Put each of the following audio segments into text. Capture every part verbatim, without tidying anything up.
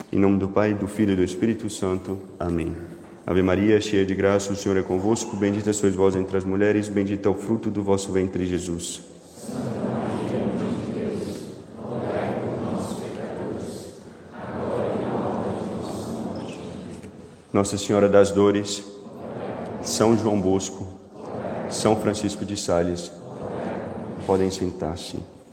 Em nome do Pai, do Filho e do Espírito Santo. Amém. Ave Maria, cheia de graça, o Senhor é convosco. Bendita sois vós entre as mulheres, bendito é o fruto do vosso ventre, Jesus. Santa Maria, Mãe de Deus, rogai por nós, pecadores, agora e na hora de nossa morte. Nossa Senhora das Dores, São João Bosco, São Francisco de Sales, podem sentar-se.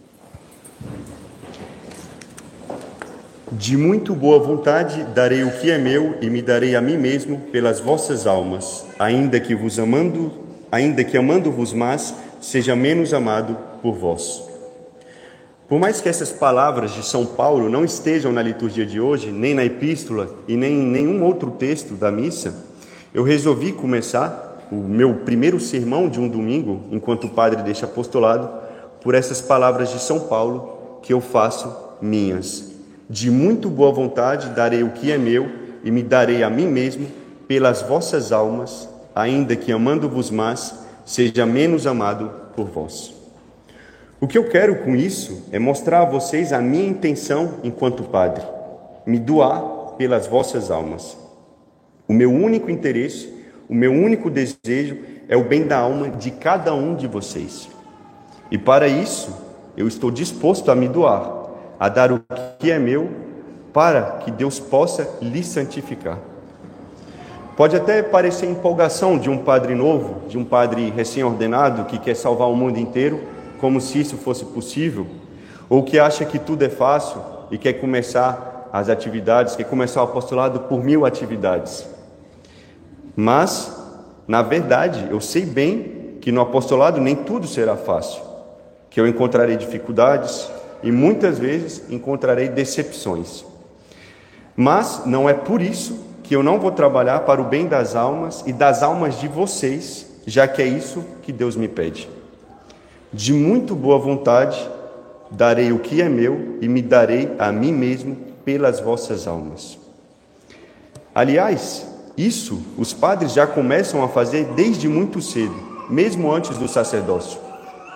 De muito boa vontade darei o que é meu e me darei a mim mesmo pelas vossas almas, ainda que vos amando, ainda que amando-vos mais, seja menos amado por vós. Por mais que essas palavras de São Paulo não estejam na liturgia de hoje, nem na epístola e nem em nenhum outro texto da missa, eu resolvi começar o meu primeiro sermão de um domingo, enquanto padre deste apostolado, por essas palavras de São Paulo que eu faço minhas. De muito boa vontade darei o que é meu e me darei a mim mesmo pelas vossas almas, ainda que amando-vos mais, seja menos amado por vós. O que eu quero com isso é mostrar a vocês a minha intenção enquanto padre, me doar pelas vossas almas. O meu único interesse, o meu único desejo é o bem da alma de cada um de vocês. E para isso, eu estou disposto a me doar, a dar o que é meu, para que Deus possa lhe santificar. Pode até parecer empolgação de um padre novo, de um padre recém-ordenado que quer salvar o mundo inteiro, como se isso fosse possível, ou que acha que tudo é fácil e quer começar as atividades, quer começar o apostolado por mil atividades. Mas, na verdade, eu sei bem que no apostolado nem tudo será fácil, que eu encontrarei dificuldades, e muitas vezes encontrarei decepções. Mas não é por isso que eu não vou trabalhar para o bem das almas e das almas de vocês, já que é isso que Deus me pede. De muito boa vontade darei o que é meu e me darei a mim mesmo pelas vossas almas. Aliás, isso os padres já começam a fazer desde muito cedo, mesmo antes do sacerdócio.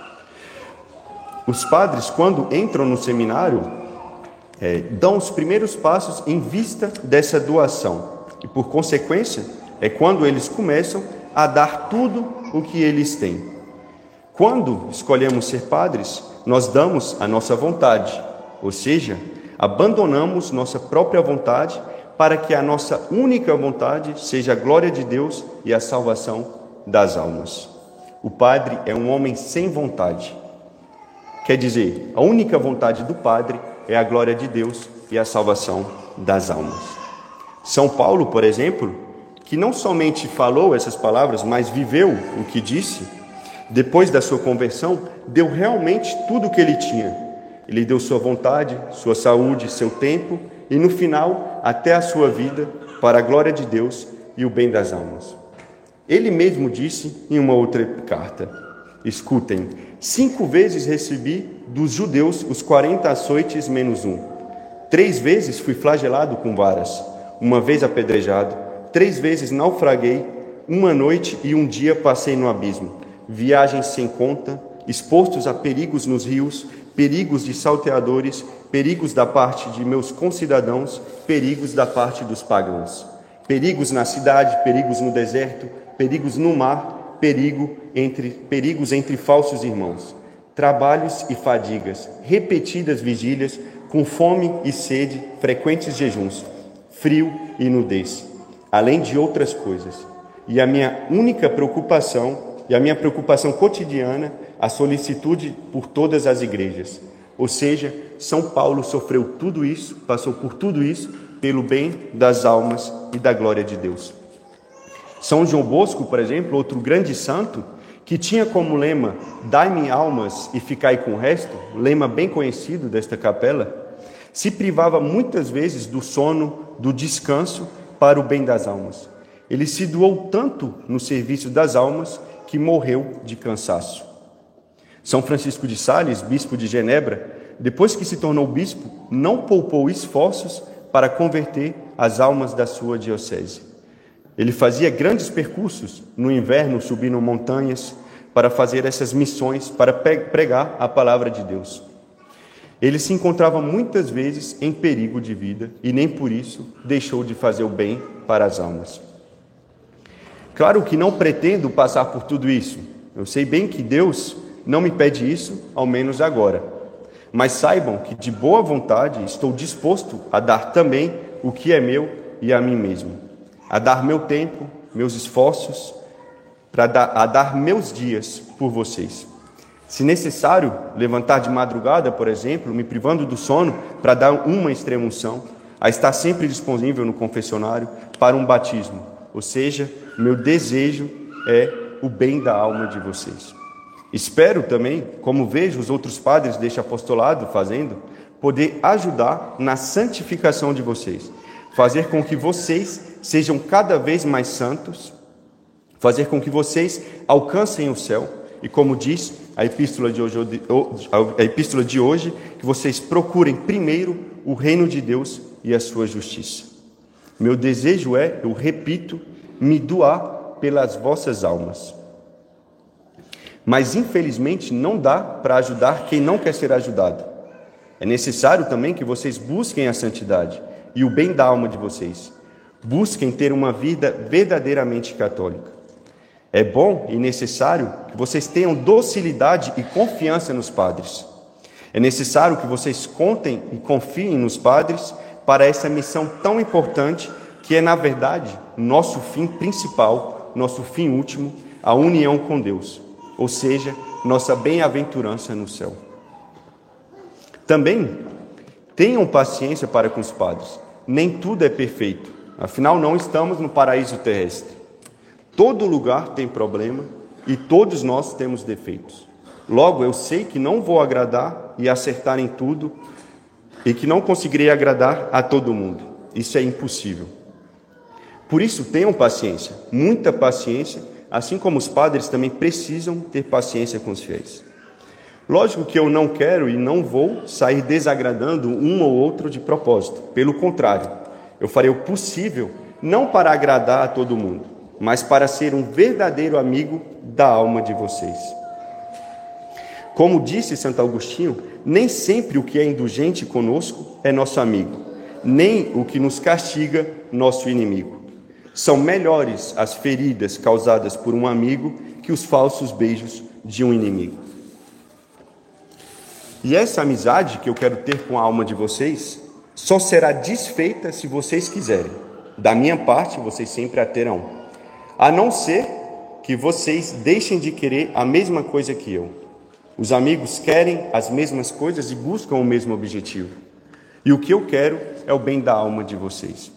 Os padres, quando entram no seminário, é, dão os primeiros passos em vista dessa doação. E, por consequência, é quando eles começam a dar tudo o que eles têm. Quando escolhemos ser padres, nós damos a nossa vontade, ou seja, abandonamos nossa própria vontade para que a nossa única vontade seja a glória de Deus e a salvação das almas. O padre é um homem sem vontade. Quer dizer, a única vontade do padre é a glória de Deus e a salvação das almas. São Paulo, por exemplo, que não somente falou essas palavras, mas viveu o que disse, depois da sua conversão, deu realmente tudo o que ele tinha. Ele deu sua vontade, sua saúde, seu tempo e, no final, até a sua vida, para a glória de Deus e o bem das almas. Ele mesmo disse em uma outra carta: escutem, cinco vezes recebi dos judeus os quarenta açoites menos um. Três vezes fui flagelado com varas, uma vez apedrejado, três vezes naufraguei, uma noite e um dia passei no abismo. Viagens sem conta, expostos a perigos nos rios, perigos de salteadores, perigos da parte de meus concidadãos, perigos da parte dos pagãos. Perigos na cidade, perigos no deserto, perigos no mar, perigo entre, perigos entre falsos irmãos, trabalhos e fadigas, repetidas vigílias, com fome e sede, frequentes jejuns, frio e nudez, além de outras coisas. E a minha única preocupação, e a minha preocupação cotidiana, a solicitude por todas as igrejas. Ou seja, São Paulo sofreu tudo isso, passou por tudo isso, pelo bem das almas e da glória de Deus. São João Bosco, por exemplo, outro grande santo, que tinha como lema, dai-me almas e ficai com o resto, lema bem conhecido desta capela, se privava muitas vezes do sono, do descanso, para o bem das almas. Ele se doou tanto no serviço das almas, que morreu de cansaço. São Francisco de Sales, bispo de Genebra, depois que se tornou bispo, não poupou esforços para converter as almas da sua diocese. Ele fazia grandes percursos no inverno, subindo montanhas, para fazer essas missões, para pregar a palavra de Deus. Ele se encontrava muitas vezes em perigo de vida e nem por isso deixou de fazer o bem para as almas. Claro que não pretendo passar por tudo isso. Eu sei bem que Deus não me pede isso, ao menos agora. Mas saibam que de boa vontade estou disposto a dar também o que é meu e a mim mesmo. A dar meu tempo, meus esforços, para dar, a dar meus dias por vocês. Se necessário, levantar de madrugada, por exemplo, me privando do sono para dar uma extrema-unção, a estar sempre disponível no confessionário para um batismo. Ou seja, meu desejo é o bem da alma de vocês. Espero também, como vejo os outros padres deste apostolado fazendo, poder ajudar na santificação de vocês, fazer com que vocês sejam cada vez mais santos, fazer com que vocês alcancem o céu, e como diz a epístola de hoje, a epístola de hoje, que vocês procurem primeiro o reino de Deus e a sua justiça. Meu desejo é, eu repito, me doar pelas vossas almas. Mas, infelizmente, não dá para ajudar quem não quer ser ajudado. É necessário também que vocês busquem a santidade e o bem da alma de vocês. Busquem ter uma vida verdadeiramente católica. É bom e necessário que vocês tenham docilidade e confiança nos padres. É necessário que vocês contem e confiem nos padres para essa missão tão importante que é, na verdade, nosso fim principal, nosso fim último, a união com Deus, ou seja, nossa bem-aventurança no céu. Também tenham paciência para com os padres. Nem tudo é perfeito, afinal não estamos no paraíso terrestre. Todo lugar tem problema e todos nós temos defeitos. Logo, eu sei que não vou agradar e acertar em tudo e que não conseguirei agradar a todo mundo. Isso é impossível. Por isso, tenham paciência, muita paciência, assim como os padres também precisam ter paciência com os fiéis. Lógico que eu não quero e não vou sair desagradando um ou outro de propósito. Pelo contrário, eu farei o possível não para agradar a todo mundo, mas para ser um verdadeiro amigo da alma de vocês. Como disse Santo Agostinho, nem sempre o que é indulgente conosco é nosso amigo, nem o que nos castiga, nosso inimigo. São melhores as feridas causadas por um amigo que os falsos beijos de um inimigo. E essa amizade que eu quero ter com a alma de vocês só será desfeita se vocês quiserem. Da minha parte, vocês sempre a terão. A não ser que vocês deixem de querer a mesma coisa que eu. Os amigos querem as mesmas coisas e buscam o mesmo objetivo. E o que eu quero é o bem da alma de vocês.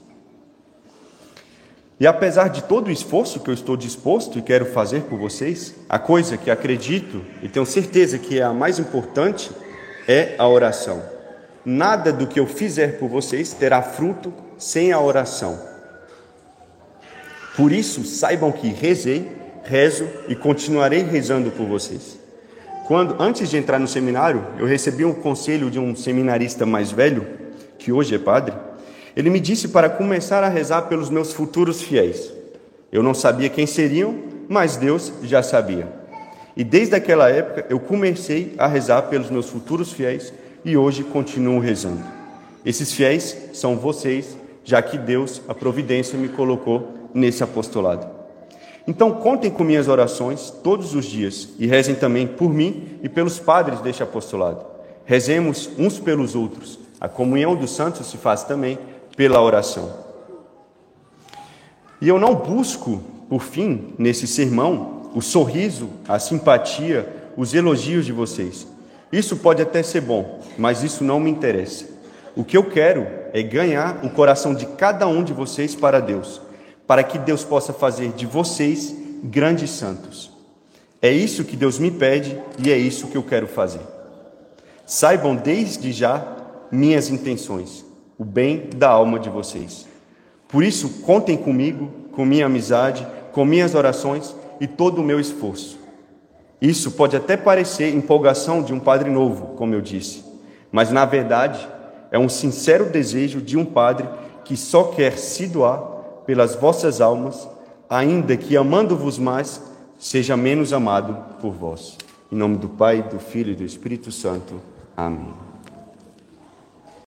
E apesar de todo o esforço que eu estou disposto e quero fazer por vocês, a coisa que acredito e tenho certeza que é a mais importante é a oração. Nada do que eu fizer por vocês terá fruto sem a oração. Por isso, saibam que rezei, rezo e continuarei rezando por vocês. Quando, antes de entrar no seminário, eu recebi um conselho de um seminarista mais velho, que hoje é padre. Ele me disse para começar a rezar pelos meus futuros fiéis. Eu não sabia quem seriam, mas Deus já sabia. E desde aquela época eu comecei a rezar pelos meus futuros fiéis e hoje continuo rezando. Esses fiéis são vocês, já que Deus, a providência, me colocou nesse apostolado. Então contem com minhas orações todos os dias e rezem também por mim e pelos padres deste apostolado. Rezemos uns pelos outros. A comunhão dos santos se faz também pela oração. E eu não busco, por fim, nesse sermão, o sorriso, a simpatia, os elogios de vocês. Isso pode até ser bom, mas isso não me interessa. O que eu quero é ganhar o coração de cada um de vocês para Deus, para que Deus possa fazer de vocês grandes santos. É isso que Deus me pede e é isso que eu quero fazer. Saibam desde já minhas intenções, o bem da alma de vocês. Por isso, contem comigo, com minha amizade, com minhas orações e todo o meu esforço. Isso pode até parecer empolgação de um padre novo, como eu disse, mas na verdade é um sincero desejo de um padre que só quer se doar pelas vossas almas, ainda que amando-vos mais, seja menos amado por vós. Em nome do Pai, do Filho e do Espírito Santo. Amém.